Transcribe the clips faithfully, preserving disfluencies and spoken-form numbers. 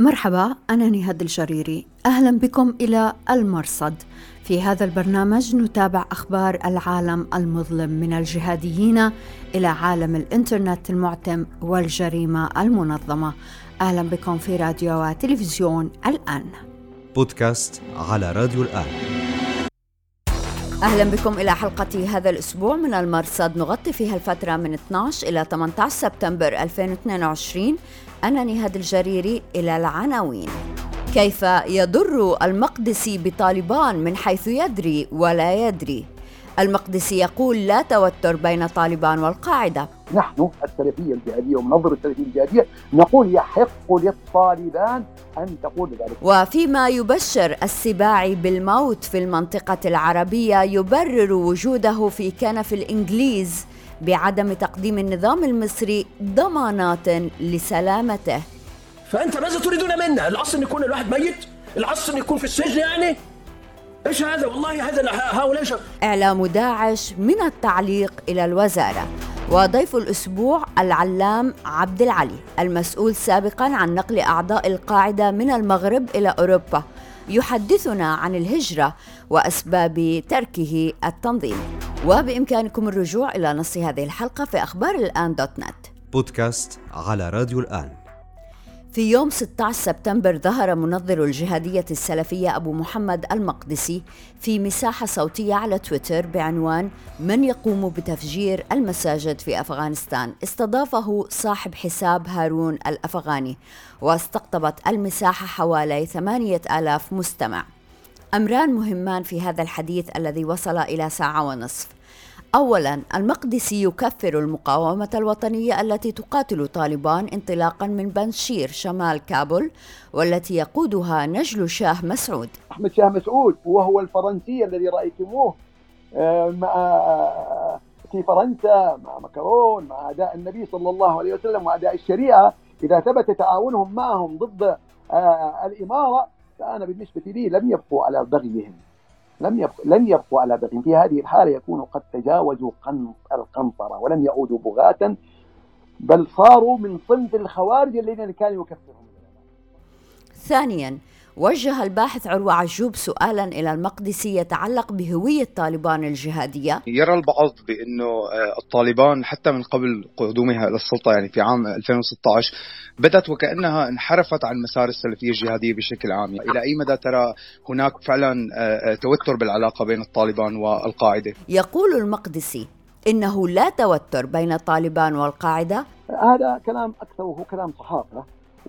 مرحبا، أنا نهاد الجريري. أهلا بكم إلى المرصد. في هذا البرنامج نتابع أخبار العالم المظلم من الجهاديين إلى عالم الإنترنت المعتم والجريمة المنظمة. أهلا بكم في راديو وتلفزيون الآن. بودكاست على راديو الآن. أهلا بكم إلى حلقة هذا الأسبوع من المرصد، نغطي فيها الفترة من اثني عشر إلى ثمانية عشر سبتمبر ألفين واثنين وعشرين. أنا نهاد الجريري. إلى العناوين. كيف يضر المقدسي بطالبان من حيث يدري ولا يدري؟ المقدسي يقول لا توتر بين طالبان والقاعدة. نحن السلفية الجهادية ومنظر السلفية الجهادية نقول يحق للطالبان أن تقول ذلك. وفيما يبشر السباعي بالموت في المنطقة العربية، يبرر وجوده في كنف الإنجليز بعدم تقديم النظام المصري ضمانات لسلامته. فأنت ماذا تريدون منا؟ الأصل أن يكون الواحد ميت؟ الأصل أن يكون في السجن يعني؟ إيش هذا؟ والله هذا هؤلاء شو. إعلام داعش من التعليق إلى الوزارة. وضيف الأسبوع العلام عبد العلي، المسؤول سابقاً عن نقل أعضاء القاعدة من المغرب إلى أوروبا، يحدثنا عن الهجرة وأسباب تركه التنظيم. وبإمكانكم الرجوع إلى نص هذه الحلقة في أخبار الآن دوت نت. بودكاست على راديو الآن. في يوم ستة عشر سبتمبر ظهر منظر الجهادية السلفية أبو محمد المقدسي في مساحة صوتية على تويتر بعنوان من يقوم بتفجير المساجد في أفغانستان. استضافه صاحب حساب هارون الأفغاني، واستقطبت المساحة حوالي ثمانية آلاف مستمع. أمران مهمان في هذا الحديث الذي وصل إلى ساعة ونصف. أولاً، المقدسي يكفر المقاومة الوطنية التي تقاتل طالبان انطلاقاً من بنشير شمال كابول، والتي يقودها نجل شاه مسعود. أحمد شاه مسعود وهو الفرنسي الذي رأيتموه مع في فرنسا مع ماكرون، مع أعداء النبي صلى الله عليه وسلم وأعداء الشريعة. إذا ثبت تعاونهم معهم ضد الإمارة فأنا بالنسبة لي لم يبقوا على بغيهم، لم يبقوا لن يبقوا على بغيهم. في هذه الحالة يكونوا قد تجاوزوا القنطرة ولم يعودوا بغاة، بل صاروا من صنف الخوارج الذين كانوا يكفرهم. ثانياً، وجه الباحث عروة عجوب سؤالاً إلى المقدسي يتعلق بهوية طالبان الجهادية. يرى البعض بأنه الطالبان حتى من قبل قدومها إلى السلطة يعني في عام ألفين وستة عشر بدأت وكأنها انحرفت عن مسار السلفية الجهادية بشكل عام. إلى أي مدى ترى هناك فعلا توتر بالعلاقة بين الطالبان والقاعدة؟ يقول المقدسي إنه لا توتر بين الطالبان والقاعدة. هذا كلام أكثره كلام صحافة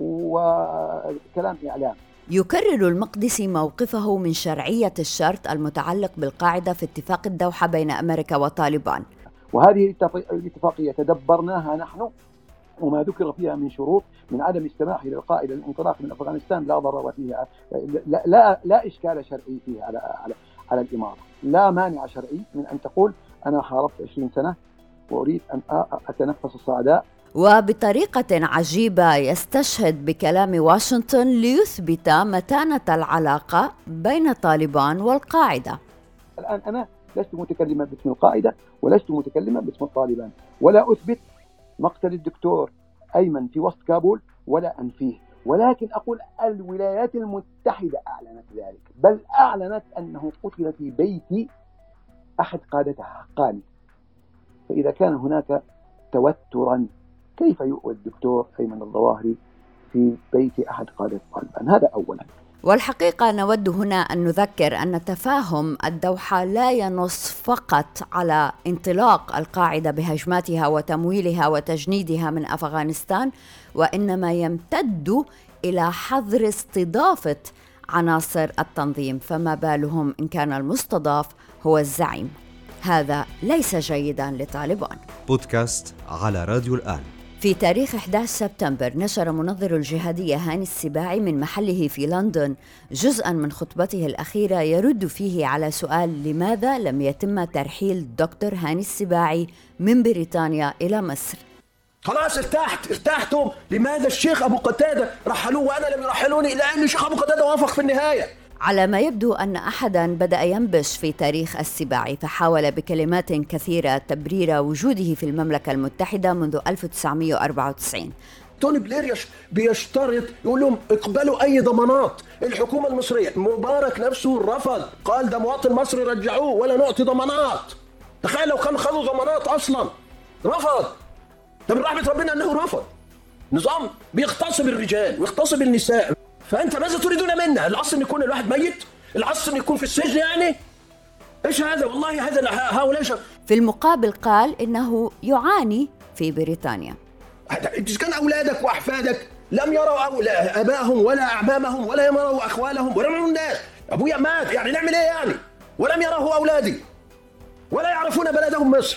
وكلام إعلام. يكرر المقدسي موقفه من شرعية الشرط المتعلق بالقاعدة في اتفاق الدوحة بين أمريكا وطالبان. وهذه الاتفاقية تدبرناها نحن، وما ذكر فيها من شروط من عدم السماح للقاعدة الانطلاق من أفغانستان لا ضرر فيها، لا, لا, لا إشكال شرعي فيها على, على, على الإمارة. لا مانع شرعي من أن تقول أنا حاربت عشرين سنة وأريد أن أتنفس الصعداء. وبطريقة عجيبة يستشهد بكلام واشنطن ليثبت متانة العلاقة بين طالبان والقاعدة. الآن أنا لست متكلما باسم القاعدة ولست متكلما باسم الطالبان، ولا أثبت مقتل الدكتور أيمن في وسط كابول ولا أنفيه، ولكن أقول الولايات المتحدة أعلنت ذلك، بل أعلنت أنه قتل في بيت أحد قادتها قال. فإذا كان هناك توترا كيف يؤوى الدكتور أيمن الظواهري في بيت أحد قادة طالبان؟ هذا أولا. والحقيقة نود هنا أن نذكر أن تفاهم الدوحة لا ينص فقط على انطلاق القاعدة بهجماتها وتمويلها وتجنيدها من أفغانستان، وإنما يمتد إلى حظر استضافة عناصر التنظيم، فما بالهم إن كان المستضاف هو الزعيم. هذا ليس جيداً لطالبان. بودكاست على راديو الآن. في تاريخ أحد عشر سبتمبر نشر منظر الجهادية هاني السباعي من محله في لندن جزءاً من خطبته الأخيرة يرد فيه على سؤال لماذا لم يتم ترحيل دكتور هاني السباعي من بريطانيا إلى مصر. خلاص ارتحت ارتحتم. لماذا الشيخ أبو قتادة رحلوه وأنا لم يرحلوني؟ إلى أن الشيخ أبو قتادة وافق في النهاية. على ما يبدو أن أحداً بدأ ينبش في تاريخ السباعي، فحاول بكلمات كثيرة تبرير وجوده في المملكة المتحدة منذ ألف وتسعمائة وأربعة وتسعين. توني بلير بيشترط يقول لهم اقبلوا أي ضمانات. الحكومة المصرية مبارك نفسه رفض، قال ده مواطن مصري رجعوه ولا نعطي ضمانات. تخيل لو كانوا خدوا ضمانات أصلا، رفض. ده من رحمة ربنا أنه رفض. نظام بيغتصب الرجال ويغتصب النساء. فأنت ماذا تريدون منا؟ الأصل أن يكون الواحد ميت؟ الأصل أن يكون في السجن يعني؟ إيش هذا؟ والله هذا هؤلاء. في المقابل قال إنه يعاني في بريطانيا. إذا كان أولادك وأحفادك لم يروا أبائهم ولا أعمامهم ولا يروا أخوالهم ولا يروا الناس، أبويا مات يعني نعمل إيه يعني؟ ولم يراه أولادي ولا يعرفون بلدهم مصر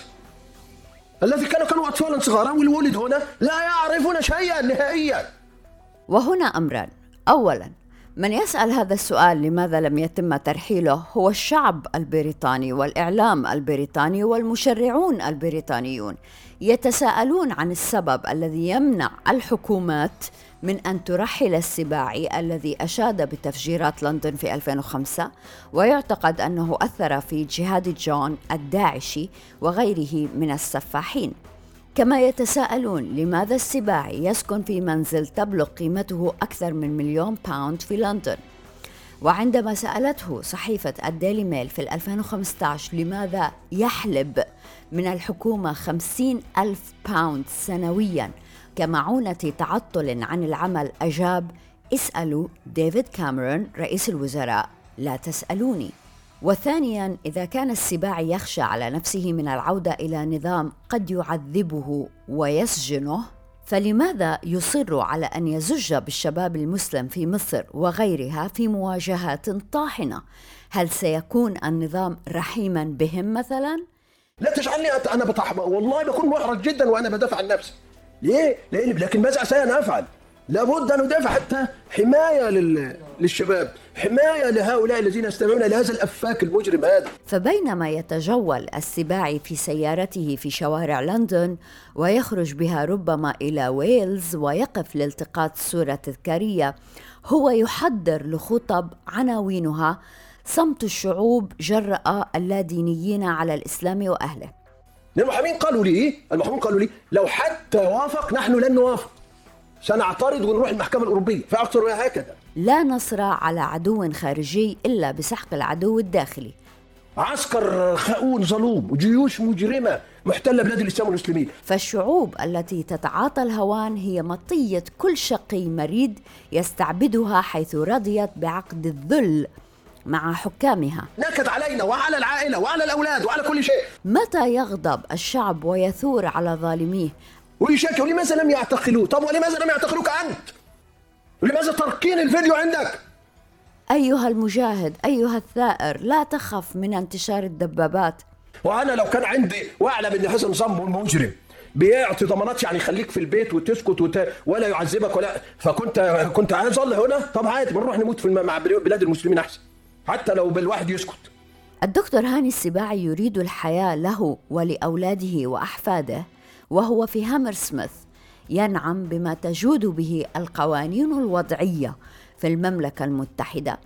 الذي كانوا كانوا أطفالا صغارا، والولد هنا لا يعرفون شيئا نهائيا. وهنا أمران. أولا، من يسأل هذا السؤال لماذا لم يتم ترحيله هو الشعب البريطاني والإعلام البريطاني والمشرعون البريطانيون، يتساءلون عن السبب الذي يمنع الحكومات من أن ترحل السباعي الذي أشاد بتفجيرات لندن في ألفين وخمسة، ويعتقد أنه أثر في جهاد جون الداعشي وغيره من السفاحين. كما يتساءلون لماذا السباعي يسكن في منزل تبلغ قيمته أكثر من مليون باوند في لندن. وعندما سألته صحيفة الديلي ميل في ألفين وخمسة عشر لماذا يحلب من الحكومة خمسين ألف باوند سنوياً كمعونة تعطل عن العمل، أجاب: اسألوا ديفيد كاميرون رئيس الوزراء، لا تسألوني. وثانياً، إذا كان السباعي يخشى على نفسه من العودة إلى نظام قد يعذبه ويسجنه، فلماذا يصر على أن يزج بالشباب المسلم في مصر وغيرها في مواجهات طاحنة؟ هل سيكون النظام رحيماً بهم مثلاً؟ لا تجعلني أنا بطح، والله بكون محرج جداً وأنا بدافع عن نفسي. ليه؟ لأن لكن ماذا سنفعل؟ لابد أن ندافع حتى حماية للشباب، حماية لهؤلاء الذين يستمعون لهذا الأفاك المجرم هذا. فبينما يتجول السباعي في سيارته في شوارع لندن ويخرج بها ربما إلى ويلز ويقف لالتقاط صورة تذكارية، هو يحضر لخطب عناوينها صمت الشعوب جرأ اللادينيين على الإسلام وأهله. المحامين قالوا لي المحامين قالوا لي لو حتى وافق نحن لن نوافق، سنعترض ونروح المحكمة الأوروبية، فأكثر هكذا. لا نصر على عدو خارجي إلا بسحق العدو الداخلي. عسكر خاون ظلوم وجيوش مجرمة محتلة بلاد الإسلام والمسلمين. فالشعوب التي تتعاطى الهوان هي مطية كل شقي مريد يستعبدها حيث رضيت بعقد الذل مع حكامها. نكد علينا وعلى العائلة وعلى الأولاد وعلى كل شيء. متى يغضب الشعب ويثور على ظالميه ويشكي ولماذا لم يعتقلوه؟ طب ولماذا لم يعتقلوك أنت؟ ولماذا تركين الفيديو عندك؟ أيها المجاهد، أيها الثائر، لا تخف من انتشار الدبابات. وأنا لو كان عندي وأعلم أن هذا نظام مجرم بيعطي ضمانات يعني خليك في البيت وتسكت وت... ولا يعذبك ولا، فكنت كنت عايز أظل هنا. طب عادي بنروح نموت في الم... مع بلاد المسلمين أحسن، حتى لو بالواحد يسكت. الدكتور هاني السباعي يريد الحياة له ولأولاده وأحفاده، وهو في هامرسميث ينعم بما تجود به القوانين الوضعية في المملكة المتحدة،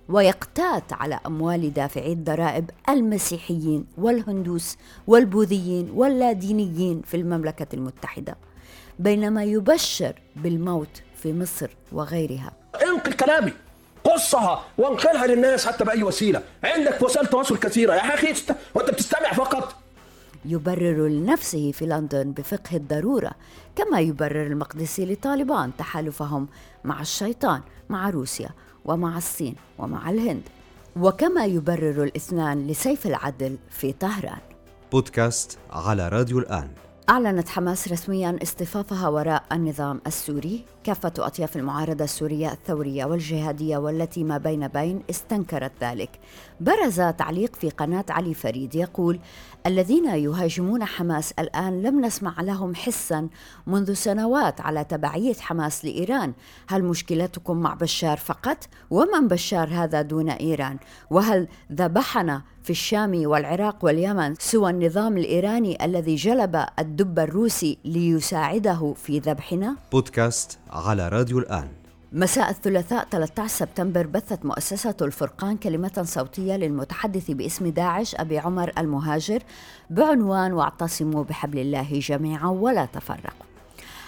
ويقتات على أموال دافعي الضرائب المسيحيين والهندوس والبوذيين واللادينيين في المملكة المتحدة، بينما يبشر بالموت في مصر وغيرها. انقل كلامي، قصها وانقلها للناس حتى بأي وسيلة. عندك وسائل تواصل كثيرة يا أخي، وأنت بتستمع فقط. يبرر لنفسه في لندن بفقه الضرورة، كما يبرر المقدسي لطالبان تحالفهم مع الشيطان، مع روسيا ومع الصين ومع الهند، وكما يبرر الاثنان لسيف العدل في طهران. بودكاست على راديو الآن. أعلنت حماس رسمياً اصطفافها وراء النظام السوري. كافة أطياف المعارضة السورية الثورية والجهادية والتي ما بين بين استنكرت ذلك. برز تعليق في قناة علي فريد يقول: الذين يهاجمون حماس الآن لم نسمع لهم حساً منذ سنوات على تبعية حماس لإيران. هل مشكلتكم مع بشار فقط؟ ومن بشار هذا دون إيران؟ وهل ذبحنا في الشام والعراق واليمن سوى النظام الإيراني الذي جلب الدب الروسي ليساعده في ذبحنا؟ بودكاست على راديو الآن. مساء الثلاثاء ثلاثة عشر سبتمبر بثت مؤسسة الفرقان كلمة صوتية للمتحدث باسم داعش أبي عمر المهاجر بعنوان: واعتصموا بحبل الله جميعا ولا تفرقوا.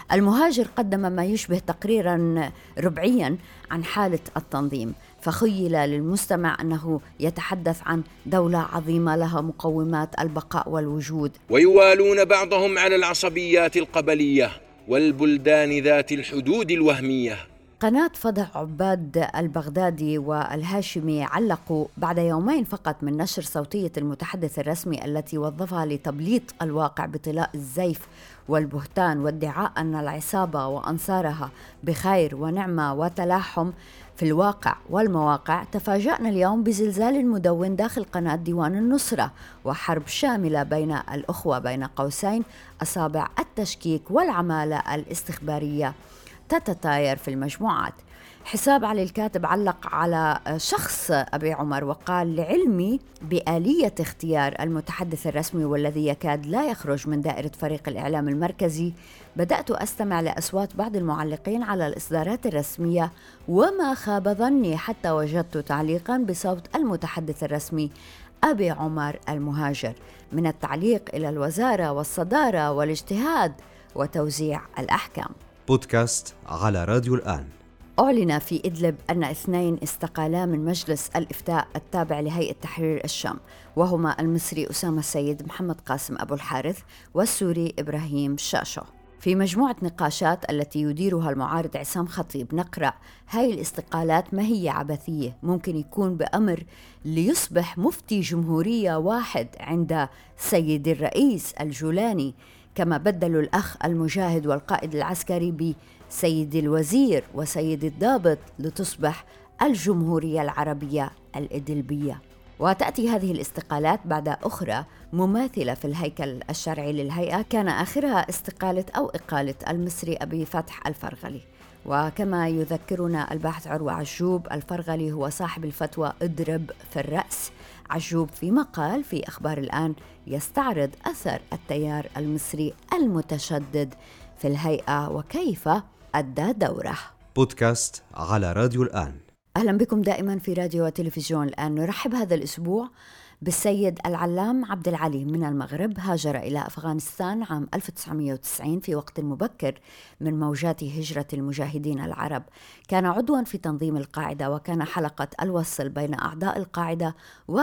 المهاجر قدم ما يشبه تقريرا ربعيا عن حالة التنظيم، فخيل للمستمع أنه يتحدث عن دولة عظيمة لها مقومات البقاء والوجود. ويوالون بعضهم على العصبيات القبلية والبلدان ذات الحدود الوهمية. قناة فضع عباد البغدادي والهاشمي علقوا بعد يومين فقط من نشر صوتية المتحدث الرسمي التي وظفها لتبليط الواقع بطلاء الزيف والبهتان وادعاء أن العصابة وأنصارها بخير ونعمة وتلاحم في الواقع والمواقع. تفاجأنا اليوم بزلزال مدون داخل قناة ديوان النصرة وحرب شاملة بين الأخوة بين قوسين أصابع التشكيك والعمالة الاستخبارية تتطاير في المجموعات. حساب علي الكاتب علق على شخص أبي عمر وقال: لعلمي بآلية اختيار المتحدث الرسمي والذي يكاد لا يخرج من دائرة فريق الإعلام المركزي، بدأت أستمع لأصوات بعض المعلقين على الإصدارات الرسمية وما خاب ظني حتى وجدت تعليقا بصوت المتحدث الرسمي أبي عمر المهاجر، من التعليق إلى الوزارة والصدارة والاجتهاد وتوزيع الأحكام. بودكاست على راديو الآن. أعلن في إدلب أن اثنين استقالا من مجلس الإفتاء التابع لهيئة تحرير الشام، وهما المصري أسامة السيد محمد قاسم أبو الحارث والسوري إبراهيم شاشو. في مجموعة نقاشات التي يديرها المعارض عصام خطيب نقرأ: هاي الاستقالات ما هي عبثية، ممكن يكون بأمر ليصبح مفتي جمهورية واحد عند سيد الرئيس الجولاني، كما بدلوا الأخ المجاهد والقائد العسكري بسيد الوزير وسيد الضابط لتصبح الجمهورية العربية الإدلبية. وتأتي هذه الاستقالات بعد أخرى مماثلة في الهيكل الشرعي للهيئة، كان آخرها استقالة أو إقالة المصري أبي فتح الفرغلي. وكما يذكرنا الباحث عروة عجوب، الفرغلي هو صاحب الفتوى اضرب في الرأس. عجوب في مقال في أخبار الآن يستعرض أثر التيار المصري المتشدد في الهيئة وكيف أدى دوره. بودكاست على راديو الآن. أهلا بكم دائما في راديو وتلفزيون الآن. نرحب هذا الأسبوع بالسيد العلام عبد العلي من المغرب، هاجر إلى أفغانستان عام ألف وتسعمائة وتسعين في وقت مبكر من موجات هجرة المجاهدين العرب. كان عضوا في تنظيم القاعدة وكان حلقة الوصل بين أعضاء القاعدة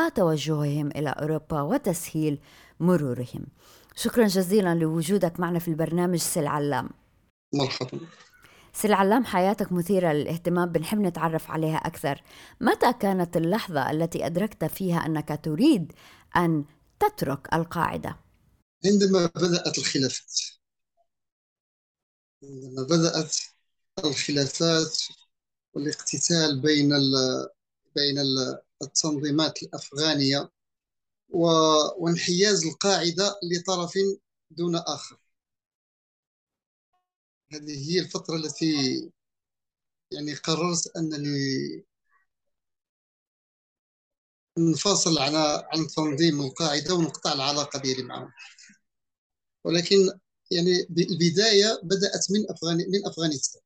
وتوجههم إلى أوروبا وتسهيل مرورهم. شكرا جزيلا لوجودك معنا في البرنامج سي العلام. مرحبا. سي العلام، حياتك مثيرة للاهتمام، بنحب نتعرف عليها أكثر. متى كانت اللحظة التي أدركت فيها أنك تريد أن تترك القاعدة؟ عندما بدأت الخلافات عندما بدأت الخلافات والاقتتال بين بين التنظيمات الأفغانية وانحياز القاعدة لطرف دون آخر. هذه هي الفترة التي يعني قررت أنني ننفصل عن عن تنظيم القاعدة ونقطع العلاقة ديالي معهم. ولكن يعني البداية بدأت من أفغان من أفغانستان،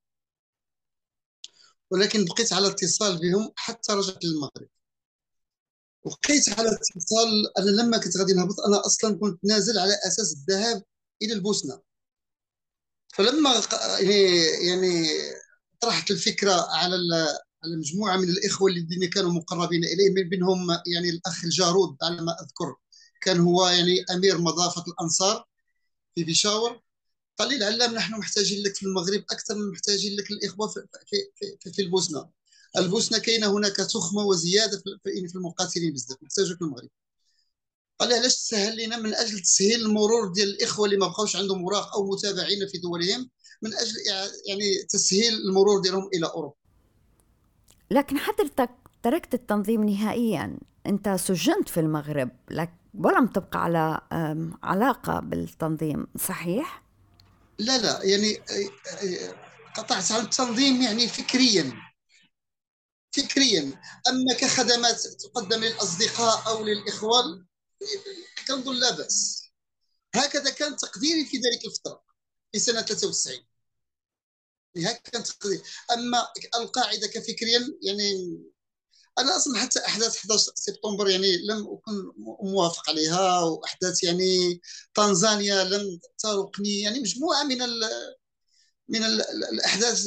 ولكن بقيت على اتصال بهم حتى رجعت للمغرب. وبقيت على اتصال. أنا لما كنت غادي نهبط أنا أصلا كنت نازل على أساس الذهاب إلى البوسنة، فلما يعني يعني طرحت الفكرة على على مجموعة من الإخوة الذين كانوا مقربين إليه، من بينهم يعني الأخ الجارود على ما أذكر، كان هو يعني أمير مضافة الأنصار في بيشاور. قال لي: العلام، نحن محتاجين لك في المغرب أكثر من محتاجين لك الإخوة في في في, في البوسنة. البوسنة كاينة هناك تخمة وزيادة في في المقاتلين بزاف، محتاجك في المغرب. قال لي: علاش تسهل لنا؟ من أجل تسهيل المرور ديال الإخوة اللي ما بقاوش عندهم اوراق أو متابعين في دولهم، من أجل يعني تسهيل المرور ديالهم إلى أوروبا. لكن حضرتك تركت التنظيم نهائيا، أنت سجنت في المغرب لك ولم تبقى على علاقة بالتنظيم، صحيح؟ لا لا يعني قطعت عن التنظيم يعني فكريا فكريا أما كخدمات تقدم للأصدقاء أو للإخوان كنظن لا بأس. هكذا كان تقديري في ذلك الفترة في سنة ثلاثة وتسعين. هكذا كان تقديري. أما القاعدة كفكريا يعني أنا أصلا حتى أحداث أحد عشر سبتمبر يعني لم أكن موافق عليها، وأحداث يعني تنزانيا لم ترقني، يعني مجموعة من من الأحداث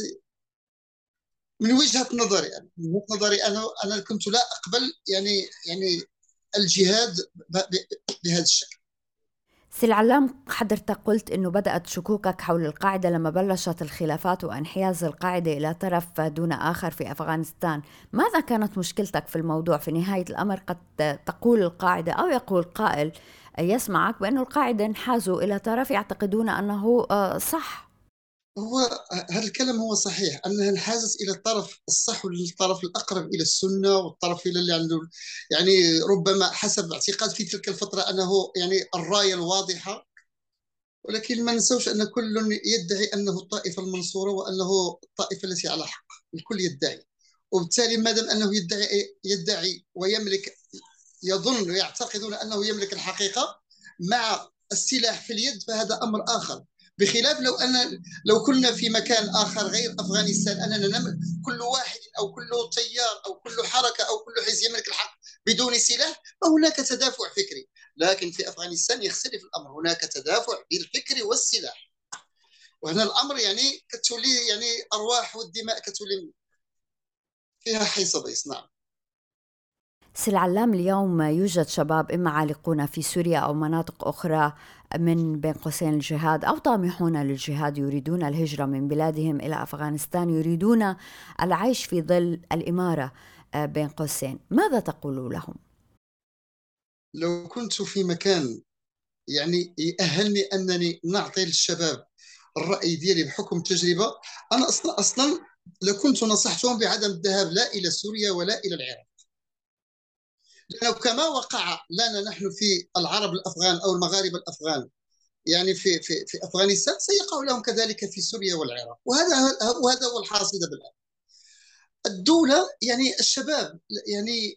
من وجهة نظري. يعني من وجهة نظري أنا أنا كنت لا أقبل يعني يعني الجهاد بهذا الشكل. سي العلام، حضرتك قلت إنه بدأت شكوكك حول القاعدة لما بلشت الخلافات وانحياز القاعدة إلى طرف دون آخر في أفغانستان. ماذا كانت مشكلتك في الموضوع؟ في نهاية الأمر قد تقول القاعدة أو يقول قائل يسمعك بأن القاعدة انحازوا إلى طرف يعتقدون أنه صح. هو هذا الكلام هو صحيح، أنها انحازت إلى الطرف الصح والطرف الأقرب إلى السنة والطرف اللي عنده يعني ربما حسب اعتقاد في تلك الفترة أنه يعني الراية الواضحة. ولكن ما ننسوش أن كل يدعي أنه الطائفة المنصورة وأنه الطائفة التي على حق، الكل يدعي. وبالتالي ما دام أنه يدعي يدعي ويملك يظن ويعتقدون أنه يملك الحقيقة مع السلاح في اليد، فهذا أمر آخر. بخلاف لو أن لو كنا في مكان آخر غير أفغانستان، أننا نملك كل واحد أو كل تيار أو كل حركة أو كل حزب يملك الحق بدون سلاح، فهناك تدافع فكري. لكن في أفغانستان يختلف الأمر، هناك تدافع بالفكر والسلاح. وهنا الأمر يعني كتولي يعني أرواح والدماء كتولي فيها حيص بيص. نعم. سي العلام، اليوم يوجد شباب إما عالقون في سوريا أو مناطق أخرى من بين قوسين الجهاد أو طامحون للجهاد، يريدون الهجرة من بلادهم إلى أفغانستان، يريدون العيش في ظل الإمارة بين قوسين. ماذا تقول لهم؟ لو كنت في مكان يعني يأهلني أنني نعطي للشباب الرأي ديالي بحكم تجربة، أنا أصلا أصلا لكنت نصحتهم بعدم الذهاب لا إلى سوريا ولا إلى العراق. لأنه كما وقع لنا نحن في العرب الأفغان أو المغاربة الأفغان يعني في في في أفغانستان، سيقع لهم كذلك في سوريا والعراق. وهذا وهذا هو الحاصل بالآن. الدولة يعني الشباب يعني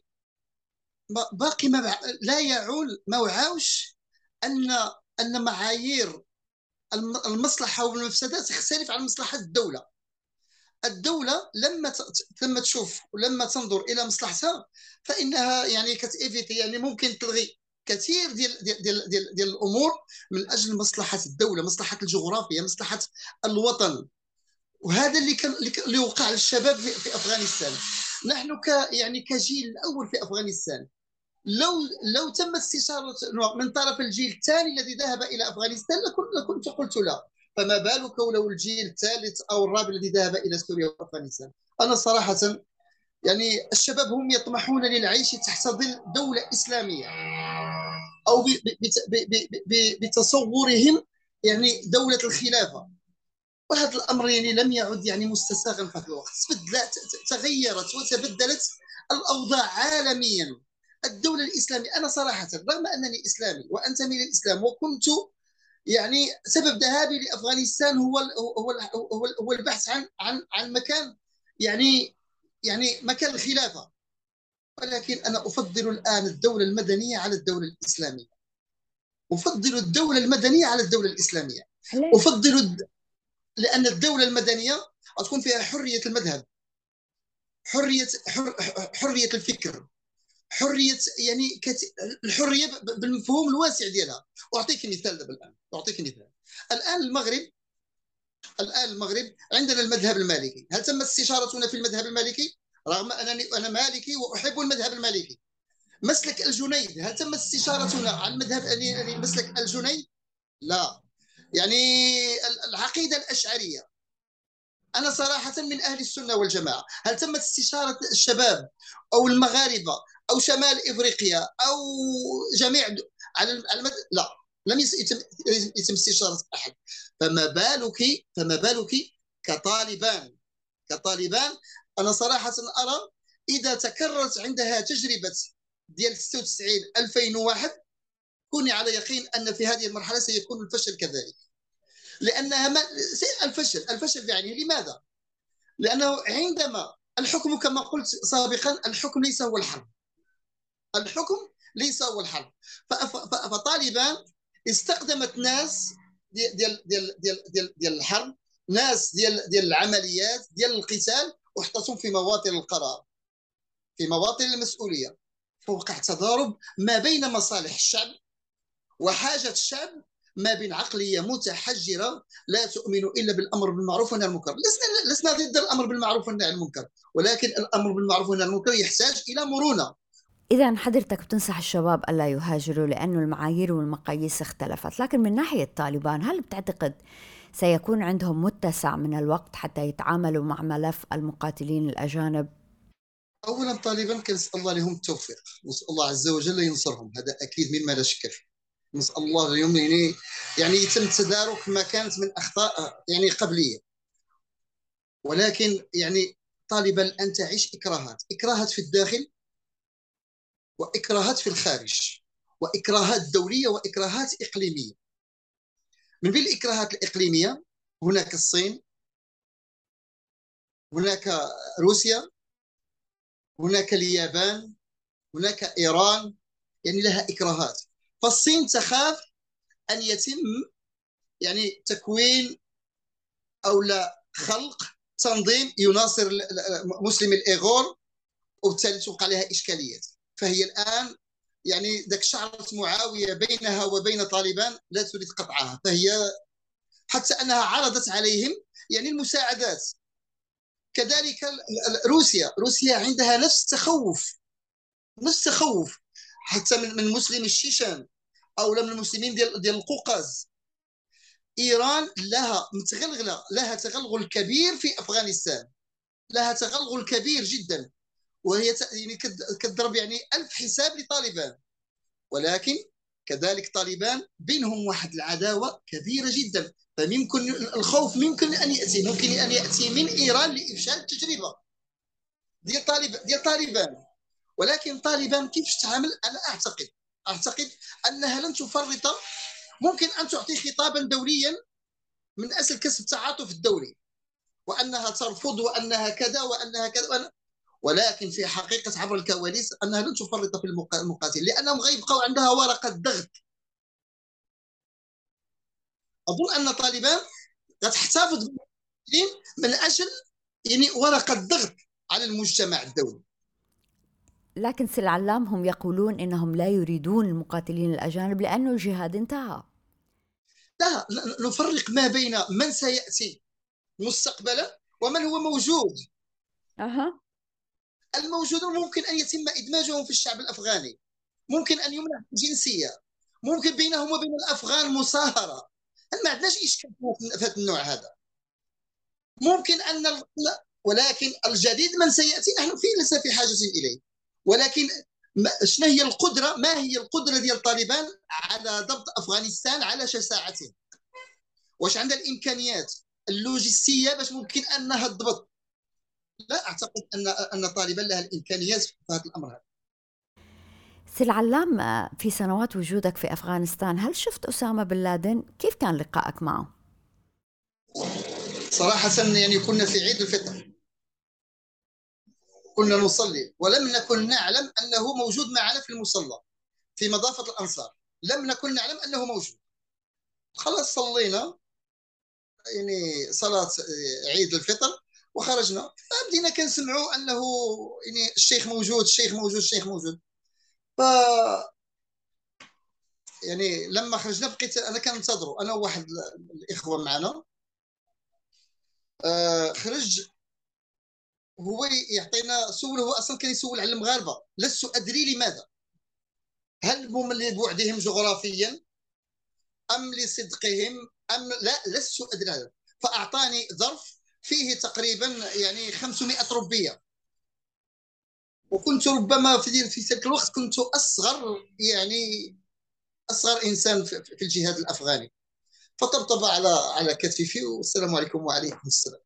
باقي ما لا يعول ما وعاوش أن أن معايير المصلحة والمفسدات تختلف عن مصلحة الدولة. الدولة لما لما تشوف ولما تنظر إلى مصلحتها فإنها يعني كتيفيتي يعني ممكن تلغي كثير ديال ديال ديال ديال, ديال الأمور من أجل مصلحة الدولة، مصلحة الجغرافيا، مصلحة الوطن. وهذا اللي كان اللي وقع للشباب في, في أفغانستان. نحن ك يعني كجيل الأول في أفغانستان، لو لو تم استشارة من طرف الجيل الثاني الذي ذهب إلى أفغانستان لكنت قلت لا، فما بالك ولو الجيل الثالث أو الرابع الذي ذهب إلى سوريا وأفغانستان. أنا صراحة يعني الشباب هم يطمحون للعيش تحت ظل دولة إسلامية أو بتصورهم يعني دولة الخلافة. وهذا الأمر يعني لم يعد يعني مستساغا في هذا الوقت. تغيرت وتبدلت الأوضاع عالميا. الدولة الإسلامية، أنا صراحة رغم أنني إسلامي وأنتمي للإسلام وكنت يعني سبب ذهابي لأفغانستان هو هو هو هو البحث عن عن عن مكان يعني يعني مكان الخلافة، ولكن أنا أفضل الآن الدولة المدنية على الدولة الإسلامية. أفضل الدولة المدنية على الدولة الإسلامية. أفضل لأن الدولة المدنية تكون فيها حرية المذهب، حرية حر حرية الفكر، حريه يعني كت... الحريه بالمفهوم الواسع ديالها. اعطيك مثال دابا الان اعطيك مثال الان المغرب الان المغرب عندنا المذهب المالكي. هل تم استشارتنا في المذهب المالكي؟ رغم انني انا مالكي واحب المذهب المالكي. مسلك الجنيد، هل تم استشارتنا عن مذهب يعني مسلك الجنيد؟ لا. يعني العقيده الاشعريه، أنا صراحة من أهل السنة والجماعة. هل تمت استشارة الشباب أو المغاربة أو شمال إفريقيا أو جميع على المد... لا، لم يتم يتم استشارة أحد. فما بالك فما بالك كطالبان كطالبان أنا صراحة أرى إذا تكررت عندها تجربة ديال ستة وتسعين ألفين وواحد كوني على يقين أن في هذه المرحلة سيكون الفشل كذلك. لأنها ما... الفشل الفشل يعني لماذا؟ لأنه عندما الحكم كما قلت سابقا الحكم ليس هو الحرب. الحكم ليس هو الحرب. فطالبان استخدمت ناس ديال ديال ديال ديال ديال الحرب، ناس ديال ديال العمليات ديال القتال، وحطتهم في مواطن القرار، في مواطن المسؤولية. فوقع تضارب ما بين مصالح الشعب وحاجة الشعب ما بين عقلية متحجرة لا تؤمن إلا بالأمر بالمعروف والنهي عن المنكر. لسنا لسنا ضد الأمر بالمعروف والنهي عن المنكر، ولكن الأمر بالمعروف والنهي عن المنكر يحتاج إلى مرونة. إذا حضرتك بتنصح الشباب ألا يهاجروا لأنه المعايير والمقاييس اختلفت، لكن من ناحية طالبان هل بتعتقد سيكون عندهم متسع من الوقت حتى يتعاملوا مع ملف المقاتلين الأجانب؟ أولا طالبان كنسأل الله لهم التوفيق، نسأل الله عز وجل ينصرهم، هذا أكيد مما لا شك فيه. نسأل الله اليوم يعني يعني يتم تدارك ما كانت من أخطاء يعني قبلية، ولكن يعني طالبان الآن تعيش إكراهات، إكراهات في الداخل وإكراهات في الخارج، وإكراهات دولية وإكراهات إقليمية. من بين الإكراهات الإقليمية هناك الصين، هناك روسيا، هناك اليابان، هناك إيران، يعني لها إكراهات. فالصين تخاف أن يتم يعني تكوين أو لا خلق تنظيم يناصر مسلم الإيغور، وبالتالي توقع لها إشكاليات. فهي الآن يعني ذاك شعرة معاوية بينها وبين طالبان لا تريد قطعها، فهي حتى أنها عرضت عليهم يعني المساعدات. كذلك روسيا روسيا عندها نفس التخوف نفس التخوف حتى من من مسلم الشيشان او من المسلمين ديال ديال القوقاز. ايران لها متغلغله، لها تغلغل كبير في افغانستان، لها تغلغل كبير جدا، وهي يعني كتضرب يعني ألف حساب لطالبان. ولكن كذلك طالبان بينهم واحد العداوه كبيره جدا، فممكن الخوف ممكن ان ياتي ممكن ان ياتي من ايران لافشال التجربه ديال طالب ديال طالبان. ولكن طالبان كيف تتعامل؟ انا اعتقد اعتقد انها لن تفرط. ممكن ان تعطي خطابا دوليا من اجل كسب التعاطف الدولي، وانها ترفض وانها كذا وانها كذا وأنا... ولكن في حقيقه عبر الكواليس انها لن تفرط في المقاتل، لانهم غيبقوا عندها ورقه ضغط. اظن ان طالبان غتحتفظ من اجل يعني ورقه ضغط على المجتمع الدولي. لكن سي العلام هم يقولون إنهم لا يريدون المقاتلين الأجانب لأنه الجهاد انتهى. لا، نفرق ما بين من سيأتي مستقبلا ومن هو موجود. أها. الموجودون ممكن أن يتم إدماجهم في الشعب الأفغاني، ممكن أن يمنح الجنسية، ممكن بينهم وبين الأفغان مصاهرة. ما عندناش إشكال في هذا النوع هذا. ممكن أن لا، ولكن الجديد من سيأتي نحن فيه ليس في حاجة إليه. ولكن شنو هي القدرة ما هي القدرة ديال طالبان على ضبط أفغانستان على شساعته؟ واش عندها الإمكانيات اللوجستية باش ممكن أنها تضبط؟ لا أعتقد أن أن طالبان لها الإمكانيات في هذا الأمر هذا. سي العلام، في سنوات وجودك في أفغانستان هل شفت أسامة بن لادن؟ كيف كان لقائك معه؟ صراحة يعني كنا في عيد الفطر، كنا نصلي ولم نكن نعلم أنه موجود معنا في المصلى في مضافة الأنصار، لم نكن نعلم أنه موجود. خلاص صلينا يعني صلاة عيد الفطر وخرجنا، فبدينا كنسمعوا أنه يعني الشيخ موجود الشيخ موجود الشيخ موجود. ف يعني لما خرجنا بقيت أنا كننتظروا أنا وواحد الإخوة معنا. آه خرج هو يعطينا سؤال، هو اصلا كان يسول على المغاربه، لست ادري لماذا، هل هم لبعدهم جغرافيا ام لصدقهم ام لا، لست ادري هذا. فاعطاني ظرف فيه تقريبا يعني خمسمائة روبيه، وكنت ربما في في ذلك الوقت كنت اصغر يعني اصغر انسان في الجهاد الافغاني. فطبطب على على كتفي والسلام عليكم وعليكم السلام.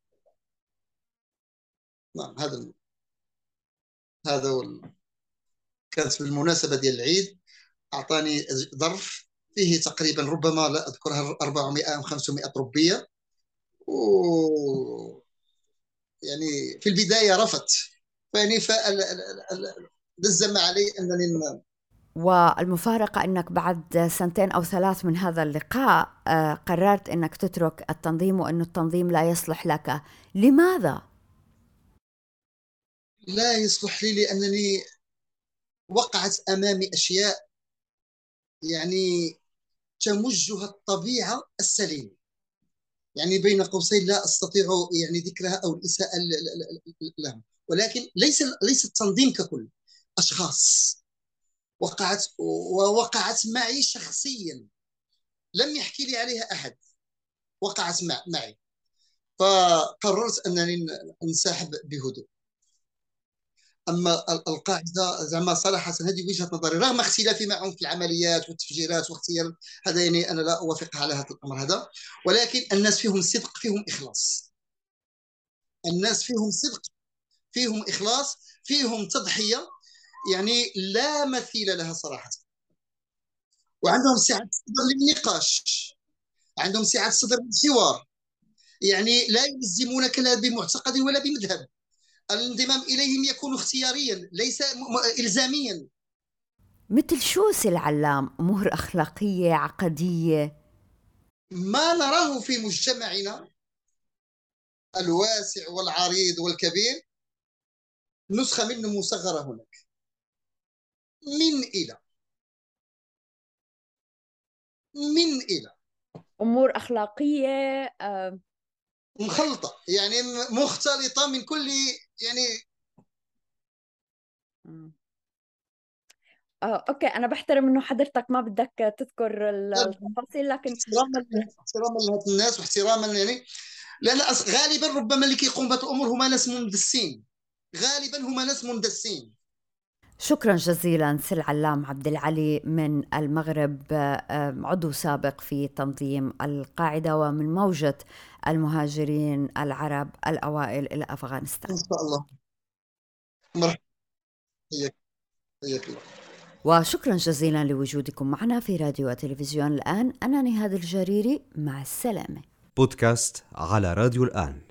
نعم هذا هذا هو. كانت بالمناسبة ديال العيد أعطاني ظرف فيه تقريبا ربما لا أذكرها أربعمائة أو خمسمائة روبية، و يعني في البداية رفضت، يعني فلزم علي أنني. والمفارقة أنك بعد سنتين أو ثلاث من هذا اللقاء قررت أنك تترك التنظيم وأن التنظيم لا يصلح لك. لماذا؟ لا يصلح لي لأنني وقعت أمامي أشياء يعني تمجها الطبيعة السليمة. يعني بين قوسين لا أستطيع يعني ذكرها أو الإساءة لهم، ولكن ليس ليس التنظيم ككل، أشخاص وقعت ووقعت معي شخصيا، لم يحكي لي عليها أحد، وقعت معي، فقررت أنني انسحب بهدوء. اما القاعده زعما صراحه هذه وجهه نظري، رغم اختلافي معهم في العمليات والتفجيرات واختيار هذا، يعني انا لا اوافق على هذا الامر هذا، ولكن الناس فيهم صدق، فيهم اخلاص، الناس فيهم صدق، فيهم اخلاص، فيهم تضحيه يعني لا مثيل لها صراحه، وعندهم سعه صدر للنقاش، عندهم سعه صدر للحوار، يعني لا يلزمونك لا بمعتقد ولا بمذهب، الانضمام اليهم يكون اختياريا ليس الزاميا. مثل شو سي العلام؟ أمور أخلاقية عقدية؟ ما نراه في مجتمعنا الواسع والعريض والكبير نسخة منه مصغرة هناك، من إلى من إلى أمور أخلاقية آه. مخلطة، يعني مختلطة من كل يعني. آه، أوكي، أنا بحترم إنه حضرتك ما بدك تذكر التفاصيل، لكن احتراما احتراما لهذه الناس واحتراما يعني، لأن غالبا ربما اللي كيقوم بهذه الأمور هما ناس مندسين، غالبا هما ناس مندسين. شكرا جزيلا سي العلام عبد العلي من المغرب، عضو سابق في تنظيم القاعدة ومن موجة المهاجرين العرب الأوائل إلى أفغانستان. إن شاء الله. مرحبا. حياك حياك الله. وشكرا جزيلا لوجودكم معنا في راديو وتلفزيون الآن. أنا نهاد الجريري، مع السلامة. بودكاست على راديو الآن.